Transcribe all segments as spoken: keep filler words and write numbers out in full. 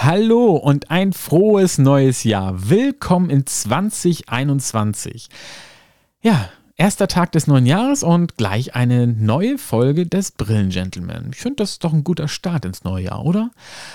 Hallo und ein frohes neues Jahr. Willkommen in zwanzig einundzwanzig. Ja, erster Tag des neuen Jahres und gleich eine neue Folge des Brillengentleman. Ich finde, das ist doch ein guter Start ins neue Jahr, oder?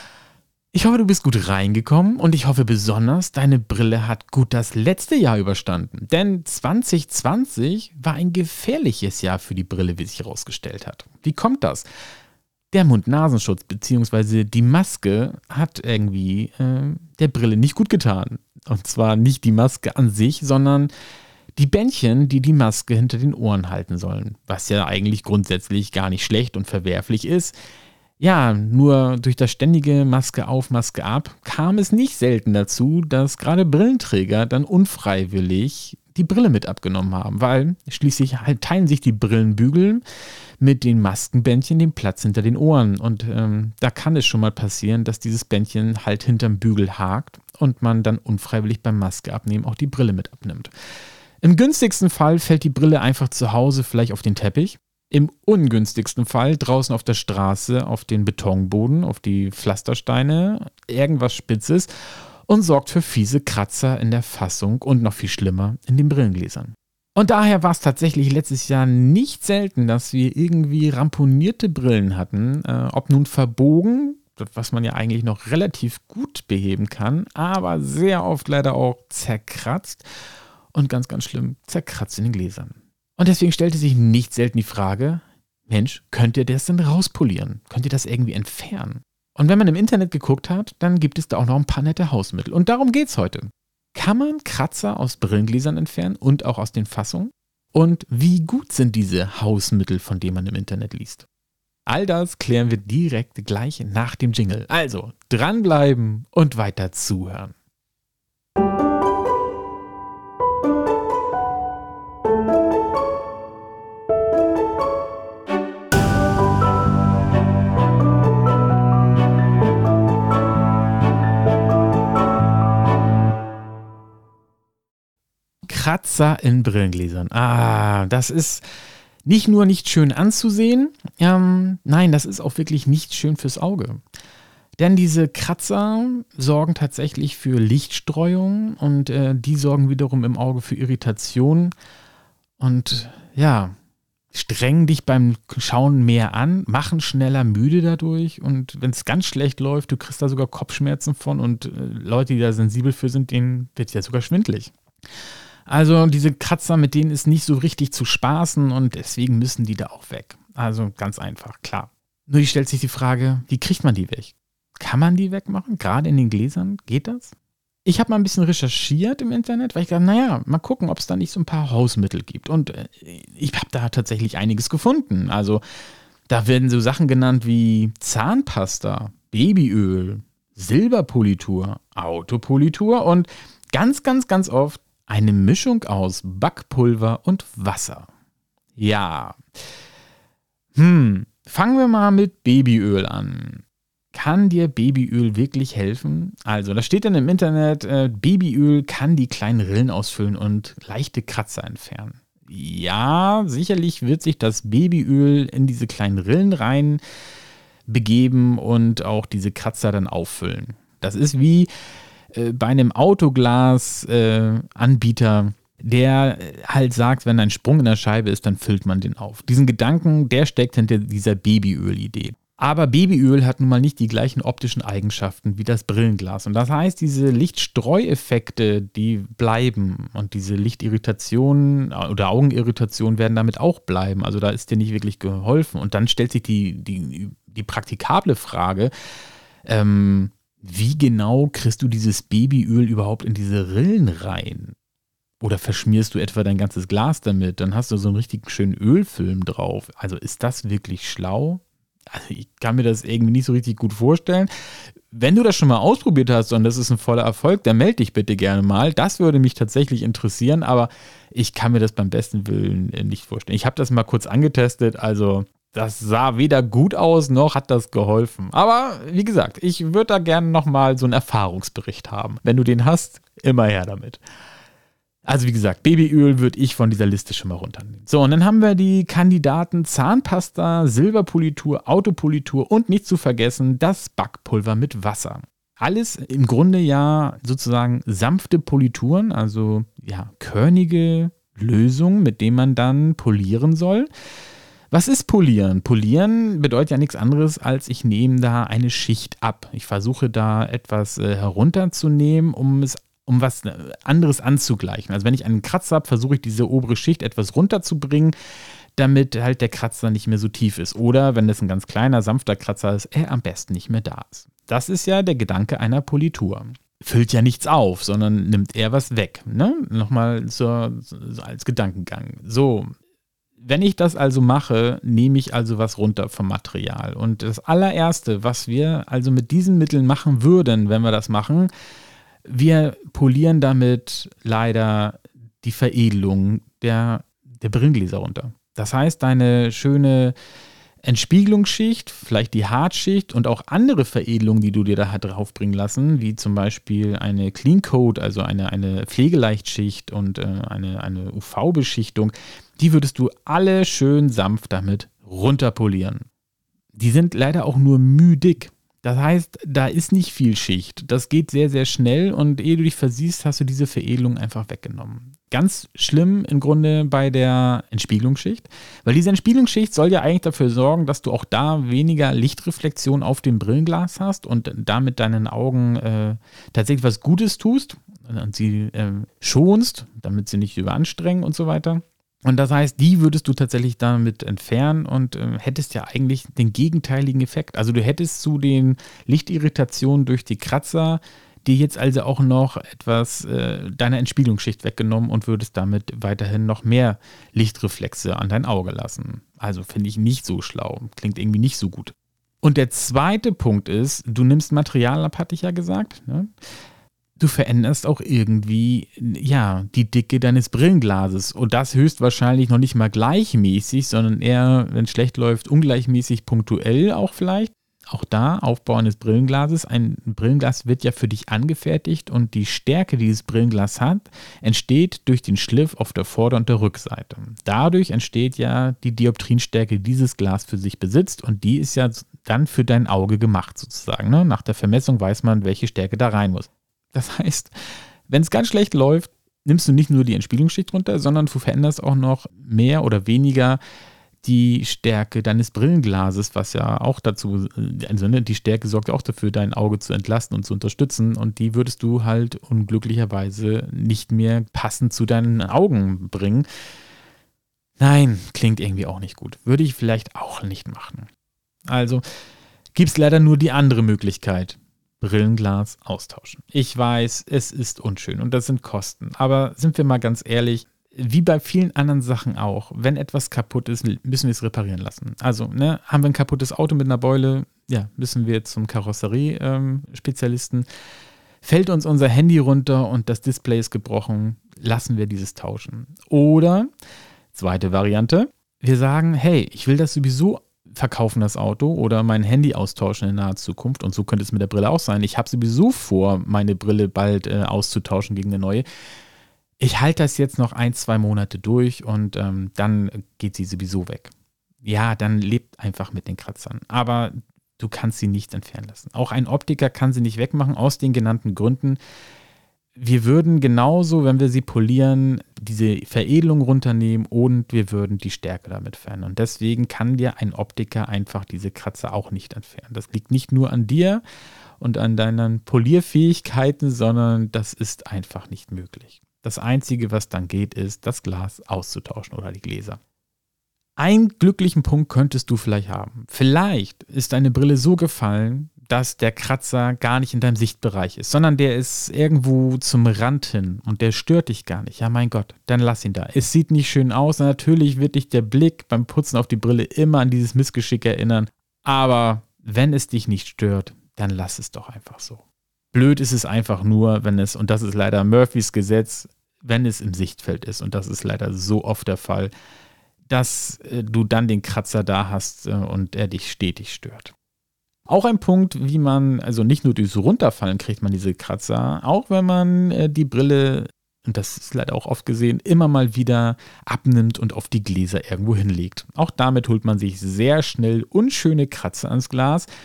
Ich hoffe, du bist gut reingekommen und ich hoffe besonders, deine Brille hat gut das letzte Jahr überstanden. Denn zwanzig zwanzig war ein gefährliches Jahr für die Brille, wie sich herausgestellt hat. Wie kommt das? Der Mund-Nasenschutz bzw. die Maske hat irgendwie äh, der Brille nicht gut getan. Und zwar nicht die Maske an sich, sondern die Bändchen, die die Maske hinter den Ohren halten sollen. Was ja eigentlich grundsätzlich gar nicht schlecht und verwerflich ist. Ja, nur durch das ständige Maske auf, Maske ab kam es nicht selten dazu, dass gerade Brillenträger dann unfreiwillig die Brille mit abgenommen haben, weil schließlich halt teilen sich die Brillenbügel mit den Maskenbändchen den Platz hinter den Ohren und ähm, da kann es schon mal passieren, dass dieses Bändchen halt hinterm Bügel hakt und man dann unfreiwillig beim Maske abnehmen auch die Brille mit abnimmt. Im günstigsten Fall fällt die Brille einfach zu Hause vielleicht auf den Teppich. Im ungünstigsten Fall draußen auf der Straße, auf den Betonboden, auf die Pflastersteine, irgendwas Spitzes und sorgt für fiese Kratzer in der Fassung und noch viel schlimmer in den Brillengläsern. Und daher war es tatsächlich letztes Jahr nicht selten, dass wir irgendwie ramponierte Brillen hatten, äh, ob nun verbogen, was man ja eigentlich noch relativ gut beheben kann, aber sehr oft leider auch zerkratzt und ganz, ganz schlimm zerkratzt in den Gläsern. Und deswegen stellte sich nicht selten die Frage, Mensch, könnt ihr das denn rauspolieren? Könnt ihr das irgendwie entfernen? Und wenn man im Internet geguckt hat, dann gibt es da auch noch ein paar nette Hausmittel. Und darum geht's heute. Kann man Kratzer aus Brillengläsern entfernen und auch aus den Fassungen? Und wie gut sind diese Hausmittel, von denen man im Internet liest? All das klären wir direkt gleich nach dem Jingle. Also dranbleiben und weiter zuhören. Kratzer in Brillengläsern. Ah, das ist nicht nur nicht schön anzusehen, ähm, nein, das ist auch wirklich nicht schön fürs Auge. Denn diese Kratzer sorgen tatsächlich für Lichtstreuung und äh, die sorgen wiederum im Auge für Irritation und ja, strengen dich beim Schauen mehr an, machen schneller müde dadurch und wenn es ganz schlecht läuft, du kriegst da sogar Kopfschmerzen von und äh, Leute, die da sensibel für sind, denen wird ja sogar schwindelig. Also diese Kratzer, mit denen ist nicht so richtig zu spaßen und deswegen müssen die da auch weg. Also ganz einfach, klar. Nur stellt sich die Frage, wie kriegt man die weg? Kann man die wegmachen? Gerade in den Gläsern? Geht das? Ich habe mal ein bisschen recherchiert im Internet, weil ich dachte, naja, mal gucken, ob es da nicht so ein paar Hausmittel gibt. Und äh, ich habe da tatsächlich einiges gefunden. Also da werden so Sachen genannt wie Zahnpasta, Babyöl, Silberpolitur, Autopolitur und ganz, ganz, ganz oft eine Mischung aus Backpulver und Wasser. Ja. Hm, fangen wir mal mit Babyöl an. Kann dir Babyöl wirklich helfen? Also, da steht dann im Internet, äh, Babyöl kann die kleinen Rillen ausfüllen und leichte Kratzer entfernen. Ja, sicherlich wird sich das Babyöl in diese kleinen Rillen rein begeben und auch diese Kratzer dann auffüllen. Das ist wie bei einem Autoglas-Anbieter, äh, der halt sagt, wenn ein Sprung in der Scheibe ist, dann füllt man den auf. Diesen Gedanken, der steckt hinter dieser Babyöl-Idee. Aber Babyöl hat nun mal nicht die gleichen optischen Eigenschaften wie das Brillenglas. Und das heißt, diese Lichtstreueffekte, die bleiben und diese Lichtirritationen oder Augenirritationen werden damit auch bleiben. Also da ist dir nicht wirklich geholfen. Und dann stellt sich die, die, die praktikable Frage, ähm, wie genau kriegst du dieses Babyöl überhaupt in diese Rillen rein? Oder verschmierst du etwa dein ganzes Glas damit? Dann hast du so einen richtig schönen Ölfilm drauf. Also ist das wirklich schlau? Also ich kann mir das irgendwie nicht so richtig gut vorstellen. Wenn du das schon mal ausprobiert hast und das ist ein voller Erfolg, dann melde dich bitte gerne mal. Das würde mich tatsächlich interessieren, aber ich kann mir das beim besten Willen nicht vorstellen. Ich habe das mal kurz angetestet, also das sah weder gut aus, noch hat das geholfen. Aber wie gesagt, ich würde da gerne nochmal so einen Erfahrungsbericht haben. Wenn du den hast, immer her damit. Also wie gesagt, Babyöl würde ich von dieser Liste schon mal runternehmen. So, und dann haben wir die Kandidaten Zahnpasta, Silberpolitur, Autopolitur und nicht zu vergessen das Backpulver mit Wasser. Alles im Grunde ja sozusagen sanfte Polituren, also ja, körnige Lösungen, mit denen man dann polieren soll. Was ist Polieren? Polieren bedeutet ja nichts anderes, als ich nehme da eine Schicht ab. Ich versuche da etwas äh, herunterzunehmen, um es um was anderes anzugleichen. Also wenn ich einen Kratzer habe, versuche ich diese obere Schicht etwas runterzubringen, damit halt der Kratzer nicht mehr so tief ist. Oder wenn das ein ganz kleiner, sanfter Kratzer ist, er am besten nicht mehr da ist. Das ist ja der Gedanke einer Politur. Füllt ja nichts auf, sondern nimmt eher was weg. Ne? Nochmal so, so als Gedankengang. So, wenn ich das also mache, nehme ich also was runter vom Material. Und das allererste, was wir also mit diesen Mitteln machen würden, wenn wir das machen, wir polieren damit leider die Veredelung der, der Brillengläser runter. Das heißt, deine schöne Entspiegelungsschicht, vielleicht die Hartschicht und auch andere Veredelungen, die du dir da draufbringen lassen, wie zum Beispiel eine Clean Coat, also eine, eine Pflegeleichtschicht und äh, eine, eine U V-Beschichtung, die würdest du alle schön sanft damit runterpolieren. Die sind leider auch nur mühdick. Das heißt, da ist nicht viel Schicht. Das geht sehr, sehr schnell und ehe du dich versiehst, hast du diese Veredelung einfach weggenommen. Ganz schlimm im Grunde bei der Entspiegelungsschicht, weil diese Entspiegelungsschicht soll ja eigentlich dafür sorgen, dass du auch da weniger Lichtreflexion auf dem Brillenglas hast und damit deinen Augen äh, tatsächlich was Gutes tust und sie äh, schonst, damit sie nicht überanstrengen und so weiter. Und das heißt, die würdest du tatsächlich damit entfernen und äh, hättest ja eigentlich den gegenteiligen Effekt. Also du hättest zu den Lichtirritationen durch die Kratzer dir jetzt also auch noch etwas äh, deiner Entspiegelungsschicht weggenommen und würdest damit weiterhin noch mehr Lichtreflexe an dein Auge lassen. Also finde ich nicht so schlau. Klingt irgendwie nicht so gut. Und der zweite Punkt ist, du nimmst Material ab, hatte ich ja gesagt, ne? Du veränderst auch irgendwie, ja, die Dicke deines Brillenglases und das höchstwahrscheinlich noch nicht mal gleichmäßig, sondern eher, wenn es schlecht läuft, ungleichmäßig punktuell auch vielleicht. Auch da, Aufbau eines Brillenglases. Ein Brillenglas wird ja für dich angefertigt und die Stärke, die dieses Brillenglas hat, entsteht durch den Schliff auf der Vorder- und der Rückseite. Dadurch entsteht ja die Dioptrienstärke, die dieses Glas für sich besitzt und die ist ja dann für dein Auge gemacht sozusagen. Ne? Nach der Vermessung weiß man, welche Stärke da rein muss. Das heißt, wenn es ganz schlecht läuft, nimmst du nicht nur die Entspiegelungsschicht runter, sondern du veränderst auch noch mehr oder weniger die Stärke deines Brillenglases, was ja auch dazu, also ne, die Stärke sorgt auch dafür, dein Auge zu entlasten und zu unterstützen und die würdest du halt unglücklicherweise nicht mehr passend zu deinen Augen bringen. Nein, klingt irgendwie auch nicht gut. Würde ich vielleicht auch nicht machen. Also gibt es leider nur die andere Möglichkeit. Brillenglas austauschen. Ich weiß, es ist unschön und das sind Kosten. Aber sind wir mal ganz ehrlich, wie bei vielen anderen Sachen auch, wenn etwas kaputt ist, müssen wir es reparieren lassen. Also, ne, haben wir ein kaputtes Auto mit einer Beule, ja, müssen wir zum Karosserie-Spezialisten. Fällt uns unser Handy runter und das Display ist gebrochen, lassen wir dieses tauschen. Oder, zweite Variante, wir sagen, hey, ich will das sowieso verkaufen, das Auto, oder mein Handy austauschen in naher Zukunft. Und so könnte es mit der Brille auch sein. Ich habe sowieso vor, meine Brille bald äh, auszutauschen gegen eine neue. Ich halte das jetzt noch ein, zwei Monate durch und ähm, dann geht sie sowieso weg. Ja, dann lebt einfach mit den Kratzern. Aber du kannst sie nicht entfernen lassen. Auch ein Optiker kann sie nicht wegmachen, aus den genannten Gründen. Wir würden genauso, wenn wir sie polieren, diese Veredelung runternehmen und wir würden die Stärke damit verändern. Und deswegen kann dir ein Optiker einfach diese Kratzer auch nicht entfernen. Das liegt nicht nur an dir und an deinen Polierfähigkeiten, sondern das ist einfach nicht möglich. Das Einzige, was dann geht, ist, das Glas auszutauschen oder die Gläser. Einen glücklichen Punkt könntest du vielleicht haben. Vielleicht ist deine Brille so gefallen, dass der Kratzer gar nicht in deinem Sichtbereich ist, sondern der ist irgendwo zum Rand hin und der stört dich gar nicht. Ja, mein Gott, dann lass ihn da. Es sieht nicht schön aus und natürlich wird dich der Blick beim Putzen auf die Brille immer an dieses Missgeschick erinnern. Aber wenn es dich nicht stört, dann lass es doch einfach so. Blöd ist es einfach nur, wenn es, und das ist leider Murphys Gesetz, wenn es im Sichtfeld ist, und das ist leider so oft der Fall, dass äh, du dann den Kratzer da hast äh, und er dich stetig stört. Auch ein Punkt, wie man, also nicht nur durchs Runterfallen kriegt man diese Kratzer, auch wenn man äh, die Brille, und das ist leider auch oft gesehen, immer mal wieder abnimmt und auf die Gläser irgendwo hinlegt. Auch damit holt man sich sehr schnell unschöne Kratzer ans Glas.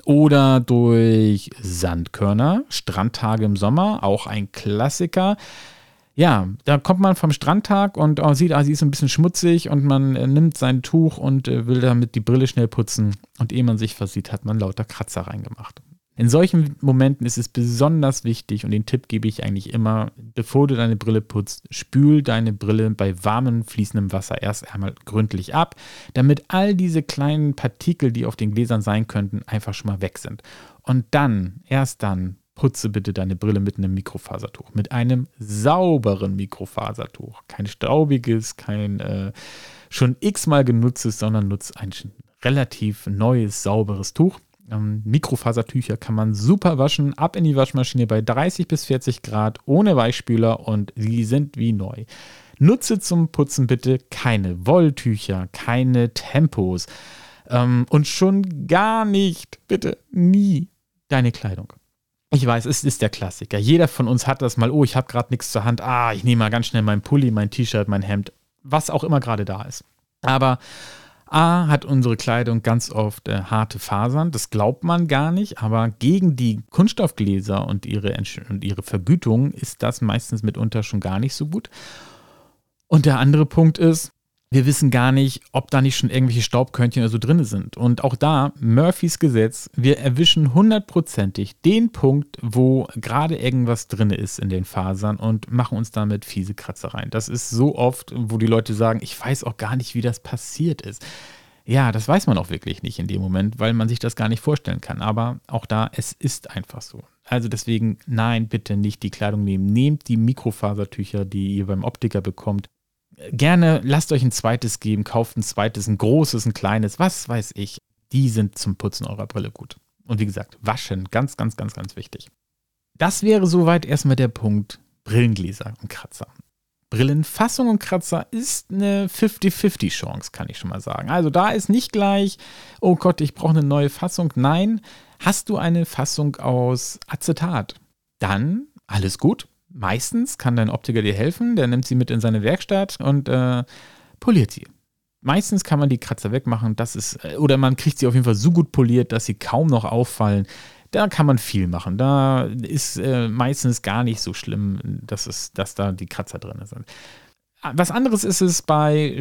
Oder durch Sandkörner, Strandtage im Sommer, auch ein Klassiker. Ja, da kommt man vom Strandtag und oh, sieht, ah, sie ist ein bisschen schmutzig und man äh, nimmt sein Tuch und äh, will damit die Brille schnell putzen. Und ehe man sich versieht, hat man lauter Kratzer reingemacht. In solchen Momenten ist es besonders wichtig und den Tipp gebe ich eigentlich immer, bevor du deine Brille putzt, spül deine Brille bei warmem, fließendem Wasser erst einmal gründlich ab, damit all diese kleinen Partikel, die auf den Gläsern sein könnten, einfach schon mal weg sind. Und dann, erst dann, putze bitte deine Brille mit einem Mikrofasertuch, mit einem sauberen Mikrofasertuch. Kein staubiges, kein äh, schon x-mal genutztes, sondern nutze ein relativ neues, sauberes Tuch. Ähm, Mikrofasertücher kann man super waschen, ab in die Waschmaschine bei dreißig bis vierzig Grad, ohne Weichspüler und sie sind wie neu. Nutze zum Putzen bitte keine Wolltücher, keine Tempos ähm, und schon gar nicht, bitte nie, deine Kleidung. Ich weiß, es ist der Klassiker. Jeder von uns hat das mal, oh, ich habe gerade nichts zur Hand, ah, ich nehme mal ganz schnell meinen Pulli, mein T-Shirt, mein Hemd, was auch immer gerade da ist. Aber A, hat unsere Kleidung ganz oft äh, harte Fasern, das glaubt man gar nicht, aber gegen die Kunststoffgläser und ihre, und ihre Vergütung ist das meistens mitunter schon gar nicht so gut. Und der andere Punkt ist, wir wissen gar nicht, ob da nicht schon irgendwelche Staubkörnchen oder so drin sind. Und auch da, Murphys Gesetz, wir erwischen hundertprozentig den Punkt, wo gerade irgendwas drin ist in den Fasern und machen uns damit fiese Kratzereien. Das ist so oft, wo die Leute sagen, ich weiß auch gar nicht, wie das passiert ist. Ja, das weiß man auch wirklich nicht in dem Moment, weil man sich das gar nicht vorstellen kann. Aber auch da, es ist einfach so. Also deswegen, nein, bitte nicht die Kleidung nehmen. Nehmt die Mikrofasertücher, die ihr beim Optiker bekommt. Gerne lasst euch ein zweites geben, kauft ein zweites, ein großes, ein kleines, was weiß ich. Die sind zum Putzen eurer Brille gut. Und wie gesagt, waschen, ganz, ganz, ganz, ganz wichtig. Das wäre soweit erstmal der Punkt Brillengläser und Kratzer. Brillenfassung und Kratzer ist eine fünfzig fünfzig Chance, kann ich schon mal sagen. Also da ist nicht gleich, oh Gott, ich brauche eine neue Fassung. Nein, hast du eine Fassung aus Acetat, dann alles gut. Meistens kann dein Optiker dir helfen, der nimmt sie mit in seine Werkstatt und äh, poliert sie. Meistens kann man die Kratzer wegmachen, das ist, oder man kriegt sie auf jeden Fall so gut poliert, dass sie kaum noch auffallen. Da kann man viel machen. Da ist äh, meistens gar nicht so schlimm, dass, es, dass da die Kratzer drin sind. Was anderes ist es bei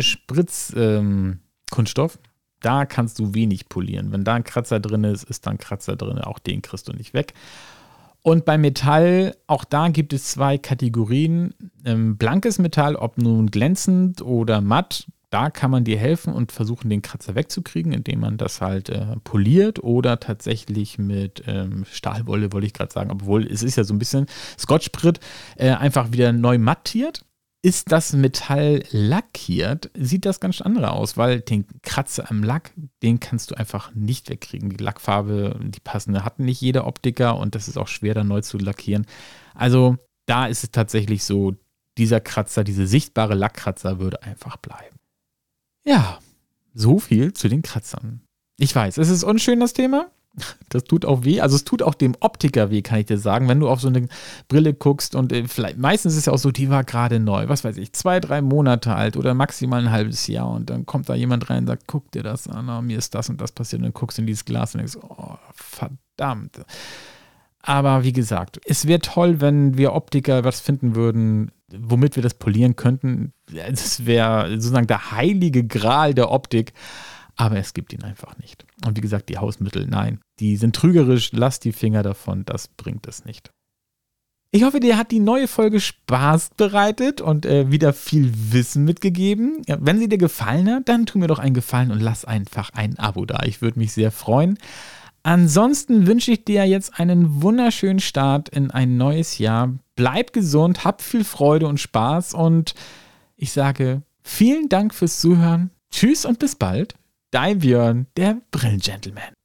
Spritzkunststoff. Ähm, da kannst du wenig polieren. Wenn da ein Kratzer drin ist, ist da ein Kratzer drin. Auch den kriegst du nicht weg. Und bei Metall, auch da gibt es zwei Kategorien. Ähm, blankes Metall, ob nun glänzend oder matt, da kann man dir helfen und versuchen, den Kratzer wegzukriegen, indem man das halt äh, poliert oder tatsächlich mit ähm, Stahlwolle, wollte ich gerade sagen, obwohl es ist ja so ein bisschen Scotch-Sprit, äh, einfach wieder neu mattiert. Ist das Metall lackiert, sieht das ganz anders aus, weil den Kratzer am Lack, den kannst du einfach nicht wegkriegen. Die Lackfarbe, die passende hat nicht jeder Optiker und das ist auch schwer, dann neu zu lackieren. Also da ist es tatsächlich so, dieser Kratzer, diese sichtbare Lackkratzer würde einfach bleiben. Ja, so viel zu den Kratzern. Ich weiß, es ist unschön, das Thema. Das tut auch weh. Also es tut auch dem Optiker weh, kann ich dir sagen, wenn du auf so eine Brille guckst und äh, vielleicht, meistens ist es ja auch so, die war gerade neu, was weiß ich, zwei, drei Monate alt oder maximal ein halbes Jahr und dann kommt da jemand rein und sagt, guck dir das an, oh, mir ist das und das passiert und dann guckst du in dieses Glas und denkst, oh, verdammt. Aber wie gesagt, es wäre toll, wenn wir Optiker was finden würden, womit wir das polieren könnten. Das wäre sozusagen der heilige Gral der Optik. Aber es gibt ihn einfach nicht. Und wie gesagt, die Hausmittel, nein, die sind trügerisch, lass die Finger davon, das bringt es nicht. Ich hoffe, dir hat die neue Folge Spaß bereitet und äh, wieder viel Wissen mitgegeben. Ja, wenn sie dir gefallen hat, dann tu mir doch einen Gefallen und lass einfach ein Abo da. Ich würde mich sehr freuen. Ansonsten wünsche ich dir jetzt einen wunderschönen Start in ein neues Jahr. Bleib gesund, hab viel Freude und Spaß und ich sage vielen Dank fürs Zuhören. Tschüss und bis bald. Dein Björn, der Brillengentleman.